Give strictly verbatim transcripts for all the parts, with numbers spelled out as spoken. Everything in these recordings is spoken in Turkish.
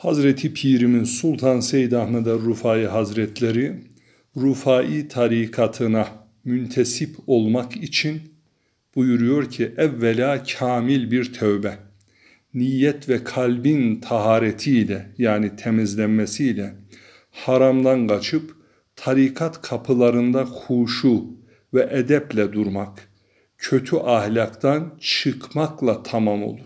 Hazreti Pirimiz Sultan Seyyid Ahmed el-Rufai Hazretleri Rufai tarikatına müntesip olmak için buyuruyor ki evvela kamil bir tövbe, niyet ve kalbin taharetiyle yani temizlenmesiyle haramdan kaçıp tarikat kapılarında huşu ve edeple durmak, kötü ahlaktan çıkmakla tamam olur.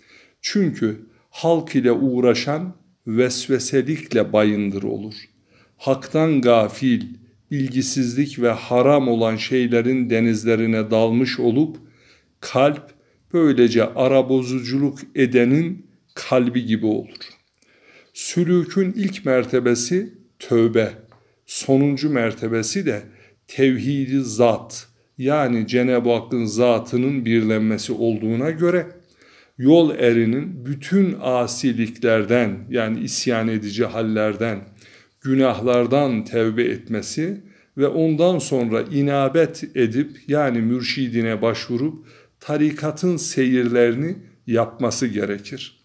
Çünkü halk ile uğraşan vesveselikle bayındır olur. Haktan gafil, bilgisizlik ve haram olan şeylerin denizlerine dalmış olup, kalp böylece arabozuculuk edenin kalbi gibi olur. Sülükün ilk mertebesi tövbe, sonuncu mertebesi de tevhid-i zat, yani Cenab-ı Hakk'ın zatının birlenmesi olduğuna göre, yol erinin bütün asiliklerden yani isyan edici hallerden, günahlardan tevbe etmesi ve ondan sonra inabet edip yani mürşidine başvurup tarikatın seyirlerini yapması gerekir.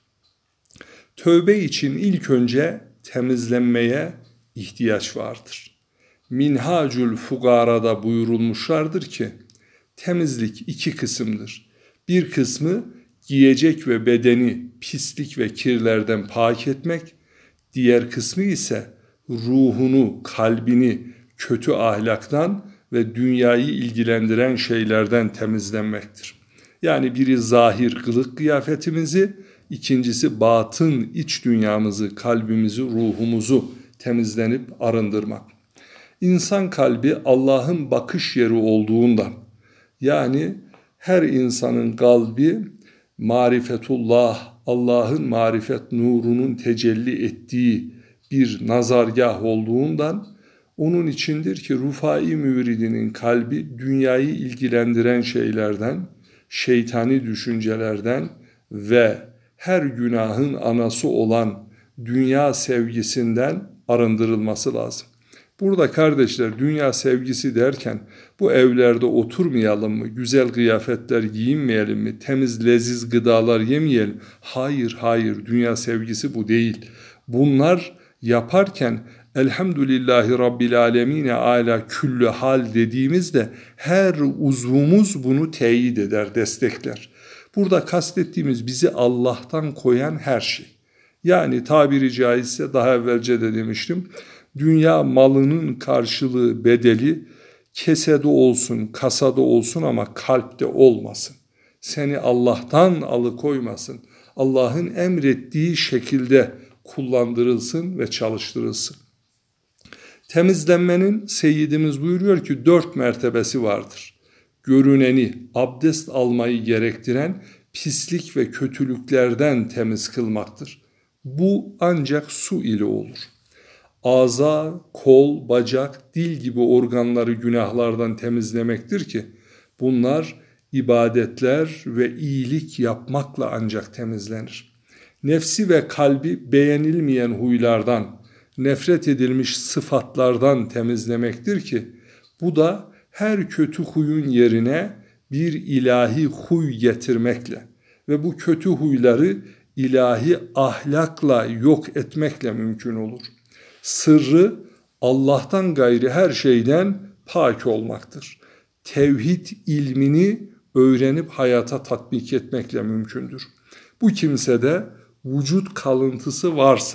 Tövbe için ilk önce temizlenmeye ihtiyaç vardır. Minhacül Fugara'da buyurulmuşlardır ki temizlik iki kısımdır. Bir kısmı giyecek ve bedeni pislik ve kirlerden pak etmek, diğer kısmı ise ruhunu, kalbini kötü ahlaktan ve dünyayı ilgilendiren şeylerden temizlenmektir. Yani biri zahir kılık kıyafetimizi, ikincisi batın iç dünyamızı, kalbimizi, ruhumuzu temizlenip arındırmak. İnsan kalbi Allah'ın bakış yeri olduğundan, yani her insanın kalbi marifetullah, Allah'ın marifet nurunun tecelli ettiği bir nazargah olduğundan, onun içindir ki Rufai müridinin kalbi dünyayı ilgilendiren şeylerden, şeytani düşüncelerden ve her günahın anası olan dünya sevgisinden arındırılması lazım. Burada kardeşler dünya sevgisi derken bu evlerde oturmayalım mı, güzel kıyafetler giyinmeyelim mi, temiz leziz gıdalar yemeyelim? Hayır, hayır, dünya sevgisi bu değil. Bunlar yaparken elhamdülillahi rabbil alemine ala küllü hal dediğimizde her uzvumuz bunu teyit eder, destekler. Burada kastettiğimiz bizi Allah'tan koyan her şey. Yani tabiri caizse daha evvelce de demiştim, dünya malının karşılığı bedeli kesede olsun, kasada olsun ama kalpte olmasın. Seni Allah'tan alıkoymasın. Allah'ın emrettiği şekilde kullandırılsın ve çalıştırılsın. Temizlenmenin Seyyidimiz buyuruyor ki dört mertebesi vardır. Görüneni, abdest almayı gerektiren pislik ve kötülüklerden temiz kılmaktır. Bu ancak su ile olur. Ağza, kol, bacak, dil gibi organları günahlardan temizlemektir ki bunlar ibadetler ve iyilik yapmakla ancak temizlenir. Nefsi ve kalbi beğenilmeyen huylardan, nefret edilmiş sıfatlardan temizlemektir ki bu da her kötü huyun yerine bir ilahi huy getirmekle ve bu kötü huyları ilahi ahlakla yok etmekle mümkün olur. Sırrı Allah'tan gayri her şeyden pak olmaktır. Tevhid ilmini öğrenip hayata tatbik etmekle mümkündür. Bu kimsede vücut kalıntısı varsa,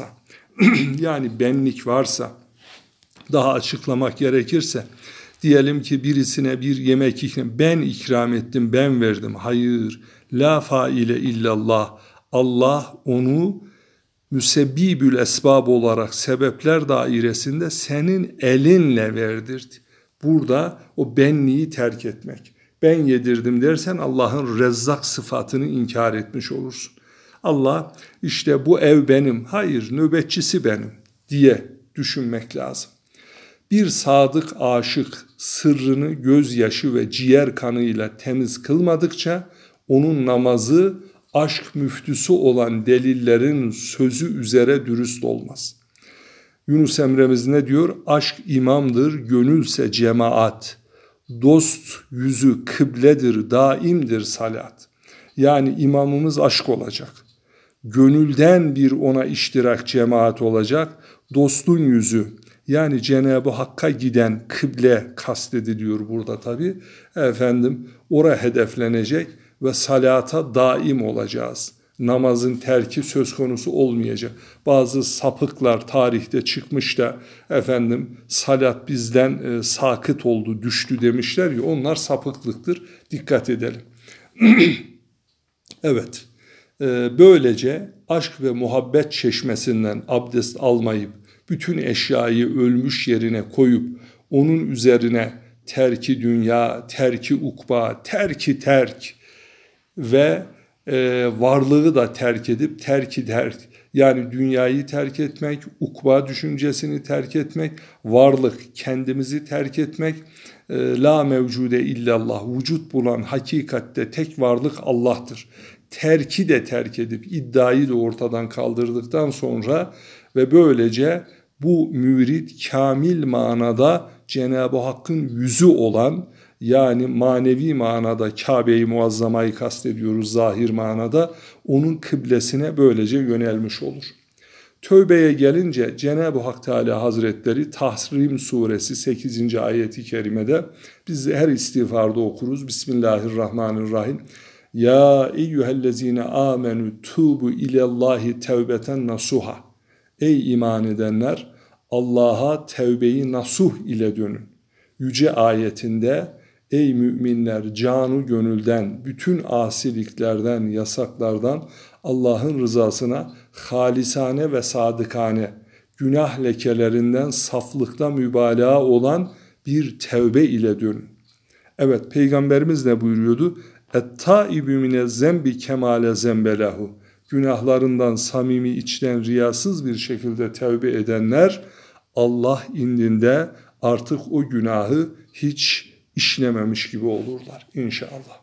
yani benlik varsa, daha açıklamak gerekirse, diyelim ki birisine bir yemek ikram, ben ikram ettim, ben verdim. Hayır, la faile illallah. Allah onu müsebbibül esbab olarak sebepler dairesinde senin elinle verdirdi. Burada o benliği terk etmek. Ben yedirdim dersen Allah'ın rezzak sıfatını inkar etmiş olursun. Allah işte bu ev benim, hayır nöbetçisi benim diye düşünmek lazım. Bir sadık aşık sırrını gözyaşı ve ciğer kanıyla temiz kılmadıkça onun namazı aşk müftüsü olan delillerin sözü üzere dürüst olmaz. Yunus Emre'miz ne diyor? Aşk imamdır, gönülse cemaat. Dost yüzü kıbledir, daimdir salat. Yani imamımız aşk olacak. gönülden bir ona iştirak cemaat olacak. Dostun yüzü, yani Cenab-ı Hakk'a giden kıble kastediliyor burada tabi. Efendim oraya hedeflenecek ve salata daim olacağız. Namazın terki söz konusu olmayacak. Bazı sapıklar tarihte çıkmış da efendim salat bizden e, sakıt oldu, düştü demişler ya, onlar sapıklıktır. Dikkat edelim. Evet. E, böylece aşk ve muhabbet çeşmesinden abdest almayıp bütün eşyayı ölmüş yerine koyup onun üzerine terki dünya, terki ukba, terki terk ve e, varlığı da terk edip terki terk, yani dünyayı terk etmek, ukba düşüncesini terk etmek, varlık kendimizi terk etmek, e, la mevcude illallah, vücut bulan hakikatte tek varlık Allah'tır. Terki de terk edip iddiayı da ortadan kaldırdıktan sonra ve böylece bu mürit kamil manada Cenab-ı Hakk'ın yüzü olan, yani manevi manada Kabe-i Muazzama'yı kastediyoruz, zahir manada onun kıblesine böylece yönelmiş olur. Tövbeye gelince Cenab-ı Hak Teala Hazretleri Tahrim Suresi sekizinci ayeti kerimede, biz her istiğfarda okuruz. Bismillahirrahmanirrahim. Ya eyyühellezine amenü tubu ilallahi tevbeten nasuha. Ey iman edenler, Allah'a tevbeyi nasuh ile dönün. Yüce ayetinde ey müminler canu gönülden, bütün asiliklerden, yasaklardan Allah'ın rızasına halisane ve sadıkane, günah lekelerinden saflıkta mübalağa olan bir tevbe ile dönün. Evet, Peygamberimiz ne buyuruyordu? Et-taibü mine zembi kemale zembelahu. Günahlarından samimi, içten, riyasız bir şekilde tevbe edenler Allah indinde artık o günahı hiç işlememiş gibi olurlar inşallah.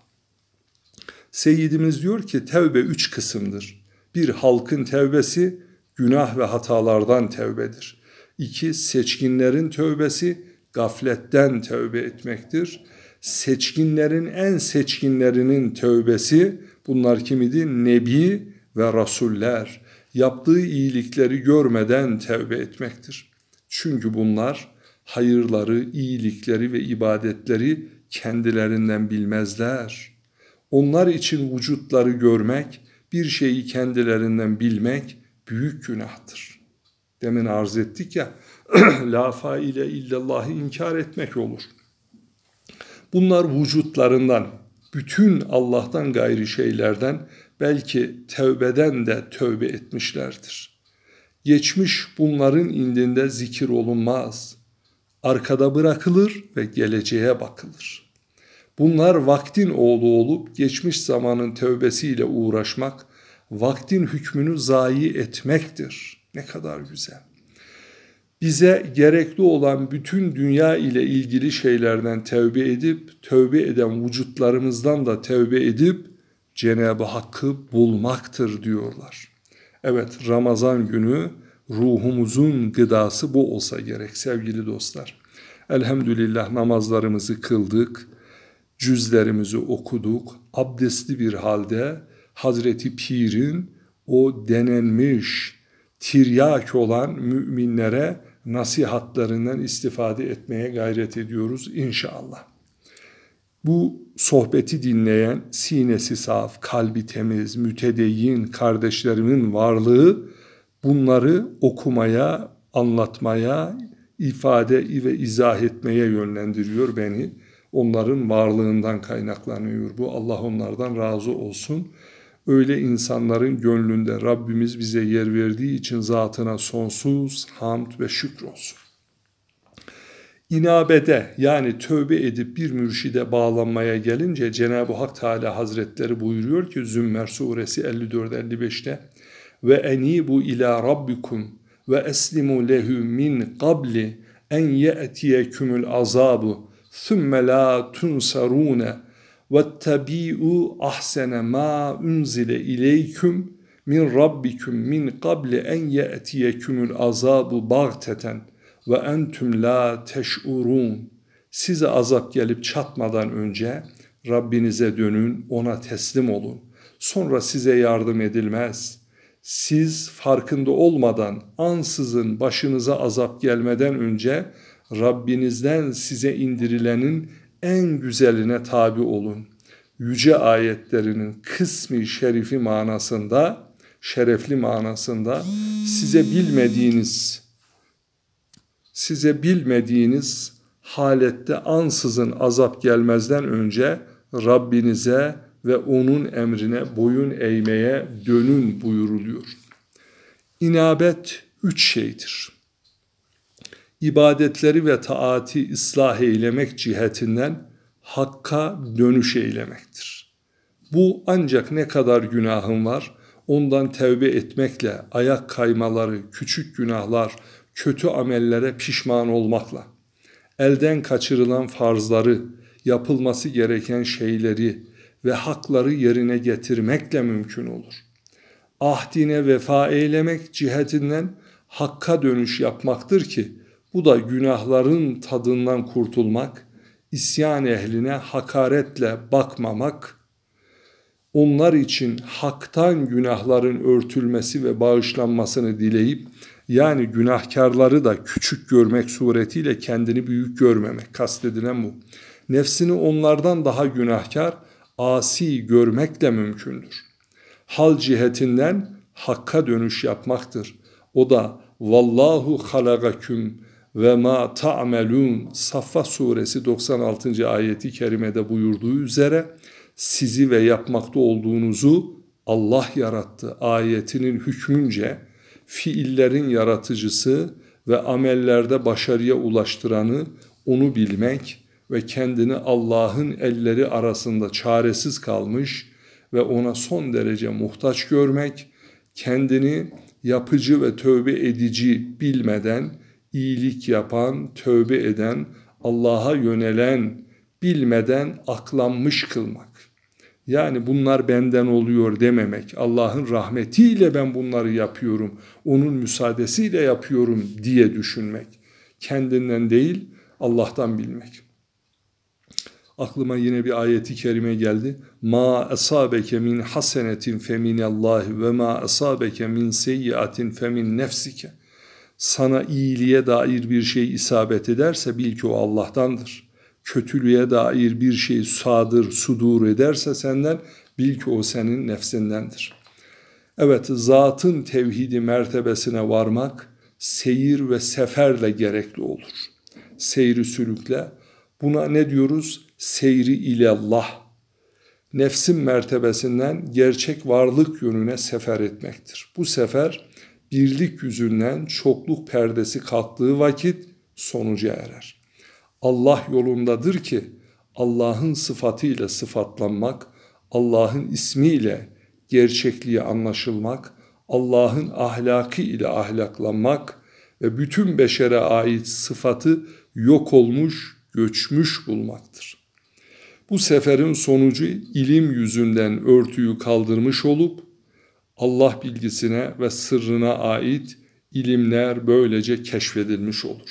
Seyyidimiz diyor ki tevbe üç kısımdır. Bir, halkın tevbesi günah ve hatalardan tevbedir. İki, seçkinlerin tövbesi gafletten tövbe etmektir. Seçkinlerin en seçkinlerinin tövbesi, bunlar kim idi? Nebi ve Rasuller. Yaptığı iyilikleri görmeden tövbe etmektir. Çünkü bunlar hayırları, iyilikleri ve ibadetleri kendilerinden bilmezler. Onlar için vücutları görmek, bir şeyi kendilerinden bilmek büyük günahtır. Demin arz ettik ya, la faile illallahı inkar etmek olur. Bunlar vücutlarından, bütün Allah'tan gayri şeylerden, belki tevbeden de tövbe etmişlerdir. Geçmiş bunların indinde zikir olunmaz. Arkada bırakılır ve geleceğe bakılır. Bunlar vaktin oğlu olup geçmiş zamanın tövbesiyle uğraşmak, vaktin hükmünü zayi etmektir. Ne kadar güzel. Bize gerekli olan bütün dünya ile ilgili şeylerden tevbe edip, tövbe eden vücutlarımızdan da tevbe edip Cenab-ı Hakk'ı bulmaktır diyorlar. Evet, Ramazan günü ruhumuzun gıdası bu olsa gerek sevgili dostlar. Elhamdülillah namazlarımızı kıldık, cüzlerimizi okuduk, abdestli bir halde Hazreti Pir'in o denenmiş, tiryak olan müminlere nasihatlarından istifade etmeye gayret ediyoruz inşallah. Bu sohbeti dinleyen, sinesi saf, kalbi temiz, mütedeyyin kardeşlerimin varlığı bunları okumaya, anlatmaya, ifade ve izah etmeye yönlendiriyor beni. Onların varlığından kaynaklanıyor bu. Allah onlardan razı olsun. Öyle insanların gönlünde Rabbimiz bize yer verdiği için zatına sonsuz hamd ve şükür olsun. İnabede, yani tövbe edip bir mürşide bağlanmaya gelince Cenab-ı Hak Teala Hazretleri buyuruyor ki Zümmer Suresi elli dört elli beşte ve enibu ila rabbikum ve eslimu lehu min qabli en ye'tiyekumul azabu thumme la tunsarune vettebi'u ahsene ma unzile ileyküm min rabbikum min qabli en ye'tiyekumul azabu bagteten ve entüm la teş'urun. Size azap gelip çatmadan önce Rabbinize dönün, ona teslim olun. Sonra size yardım edilmez. Siz farkında olmadan ansızın başınıza azap gelmeden önce Rabbinizden size indirilenin en güzeline tabi olun. Yüce ayetlerinin kısmi şerifi manasında, şerefli manasında size bilmediğiniz, size bilmediğiniz halette ansızın azap gelmezden önce Rabbinize ve onun emrine boyun eğmeye dönün buyuruluyor. İnabet üç şeydir. İbadetleri ve taati ıslah eylemek cihetinden hakka dönüş eylemektir. Bu ancak ne kadar günahın var, ondan tevbe etmekle, ayak kaymaları, küçük günahlar, kötü amellere pişman olmakla, elden kaçırılan farzları, yapılması gereken şeyleri ve hakları yerine getirmekle mümkün olur. Ahdine vefa eylemek cihetinden hakka dönüş yapmaktır ki, bu da günahların tadından kurtulmak, isyan ehline hakaretle bakmamak, onlar için haktan günahların örtülmesi ve bağışlanmasını dileyip, yani günahkarları da küçük görmek suretiyle kendini büyük görmemek, kastedilen bu. Nefsini onlardan daha günahkar, asi görmekle mümkündür. Hal cihetinden hakka dönüş yapmaktır. O da vallahu halagaküm ve ma ta'melun Saffat suresi doksan altıncı ayeti kerimede buyurduğu üzere sizi ve yapmakta olduğunuzu Allah yarattı ayetinin hükmünce fiillerin yaratıcısı ve amellerde başarıya ulaştıranı onu bilmek ve kendini Allah'ın elleri arasında çaresiz kalmış ve ona son derece muhtaç görmek, kendini yapıcı ve tövbe edici bilmeden, iyilik yapan, tövbe eden, Allah'a yönelen, bilmeden aklanmış kılmak. Yani bunlar benden oluyor dememek, Allah'ın rahmetiyle ben bunları yapıyorum, onun müsaadesiyle yapıyorum diye düşünmek. Kendinden değil, Allah'tan bilmek. Aklıma yine bir ayeti kerime geldi. Ma asabeke min hasenetin feminallahi ve ma asabeke min seyyiatin femin nefsike. Sana iyiliğe dair bir şey isabet ederse bil ki o Allah'tandır. Kötülüğe dair bir şey sadır, sudur ederse senden bil ki o senin nefsindendir. Evet, zatın tevhidi mertebesine varmak seyir ve seferle gerekli olur. Seyri sülükle. Buna ne diyoruz? Seyri ilallah. Nefsin mertebesinden gerçek varlık yönüne sefer etmektir. Bu sefer birlik yüzünden çokluk perdesi kalktığı vakit sonuca erer. Allah yolundadır ki Allah'ın sıfatıyla sıfatlanmak, Allah'ın ismiyle gerçekliği anlaşılmak, Allah'ın ahlakı ile ahlaklanmak ve bütün beşere ait sıfatı yok olmuş, göçmüş bulmaktır. Bu seferin sonucu ilim yüzünden örtüyü kaldırmış olup Allah bilgisine ve sırrına ait ilimler böylece keşfedilmiş olur.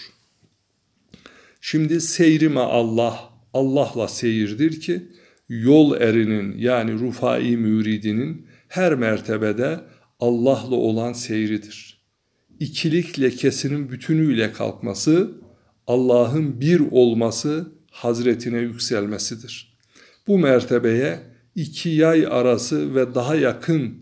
Şimdi seyrime Allah, Allah'la seyirdir ki yol erinin yani rufai müridinin her mertebede Allah'la olan seyridir. İkilik lekesinin bütünüyle kalkması, Allah'ın bir olması, hazretine yükselmesidir. Bu mertebeye iki yay arası ve daha yakın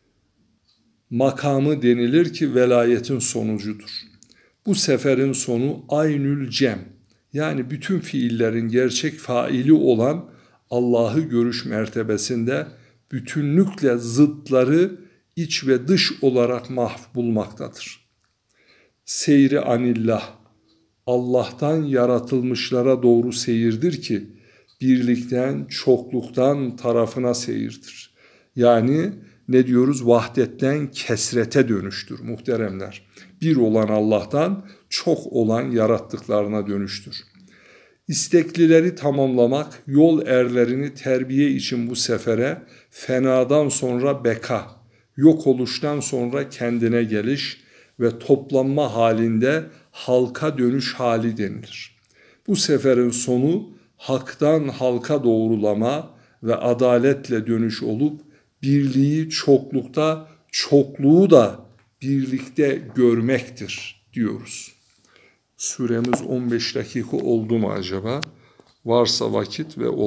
makamı denilir ki velayetin sonucudur. Bu seferin sonu aynül cem, yani bütün fiillerin gerçek faili olan Allah'ı görüş mertebesinde bütünlükle zıtları iç ve dış olarak mahv bulmaktadır. Seyri anillah, Allah'tan yaratılmışlara doğru seyirdir ki birlikten, çokluktan tarafına seyirdir. Yani ne diyoruz? Vahdetten kesrete dönüştür muhteremler. Bir olan Allah'tan çok olan yarattıklarına dönüştür. İsteklileri tamamlamak, yol erlerini terbiye için bu sefere fenadan sonra beka, yok oluştan sonra kendine geliş ve toplanma halinde halka dönüş hali denilir. Bu seferin sonu haktan halka doğrulama ve adaletle dönüş olup birliği çoklukta çokluğu da birlikte görmektir diyoruz. Süremiz on beş dakika oldu mu acaba? Varsa vakit ve